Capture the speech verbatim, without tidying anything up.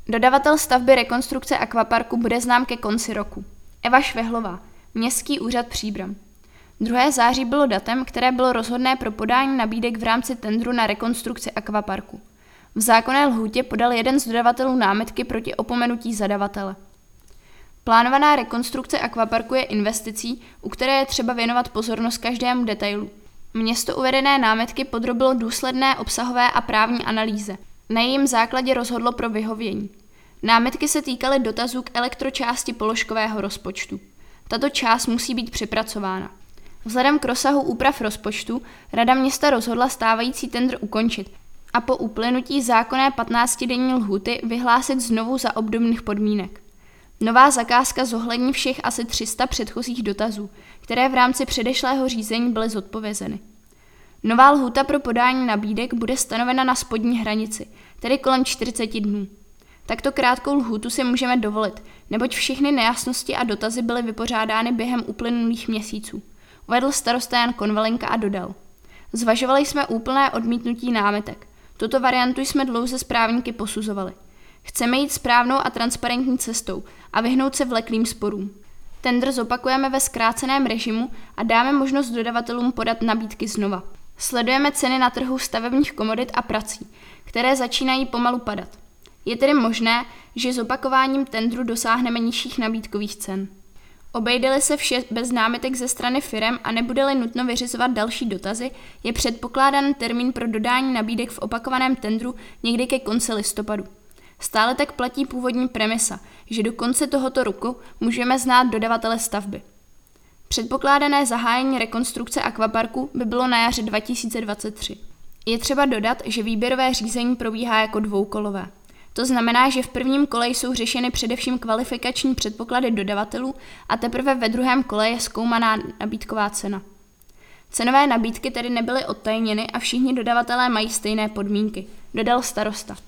Dodavatel stavby rekonstrukce akvaparku bude znám ke konci roku. Eva Švehlová, Městský úřad Příbram. druhého září bylo datem, které bylo rozhodné pro podání nabídek v rámci tendru na rekonstrukci akvaparku. V zákonné lhůtě podal jeden z dodavatelů námitky proti opomenutí zadavatele. Plánovaná rekonstrukce akvaparku je investicí, u které je třeba věnovat pozornost každému detailu. Město uvedené námitky podrobilo důsledné obsahové a právní analýze. Na jejím základě rozhodlo pro vyhovění. Námitky se týkaly dotazů k elektročásti položkového rozpočtu. Tato část musí být přepracována. Vzhledem k rozsahu úprav rozpočtu Rada města rozhodla stávající tendr ukončit a po uplynutí zákonné patnáctidenní lhůty vyhlásit znovu za obdobných podmínek. Nová zakázka zohlední všech asi tři sta předchozích dotazů, které v rámci předešlého řízení byly zodpovězeny. Nová lhůta pro podání nabídek bude stanovena na spodní hranici, tedy kolem čtyřiceti dnů. Takto krátkou lhůtu si můžeme dovolit, neboť všechny nejasnosti a dotazy byly vypořádány během uplynulých měsíců, uvedl starosta Jan Konvalinka a dodal. Zvažovali jsme úplné odmítnutí námitek. Tuto variantu jsme dlouze s právníky posuzovali. Chceme jít správnou a transparentní cestou a vyhnout se vleklým sporům. Tendr zopakujeme ve zkráceném režimu a dáme možnost dodavatelům podat nabídky znova. Sledujeme ceny na trhu stavebních komodit a prací, které začínají pomalu padat. Je tedy možné, že zopakováním tendru dosáhneme nižších nabídkových cen. Obejde-li se vše bez námitek ze strany firem a nebude-li nutno vyřizovat další dotazy, je předpokládán termín pro dodání nabídek v opakovaném tendru někdy ke konci listopadu. Stále tak platí původní premisa, že do konce tohoto roku můžeme znát dodavatele stavby. Předpokládané zahájení rekonstrukce akvaparku by bylo na jaře dva tisíce dvacet tři. Je třeba dodat, že výběrové řízení probíhá jako dvoukolové. To znamená, že v prvním kole jsou řešeny především kvalifikační předpoklady dodavatelů a teprve ve druhém kole je zkoumaná nabídková cena. Cenové nabídky tedy nebyly odtajněny a všichni dodavatelé mají stejné podmínky, dodal starosta.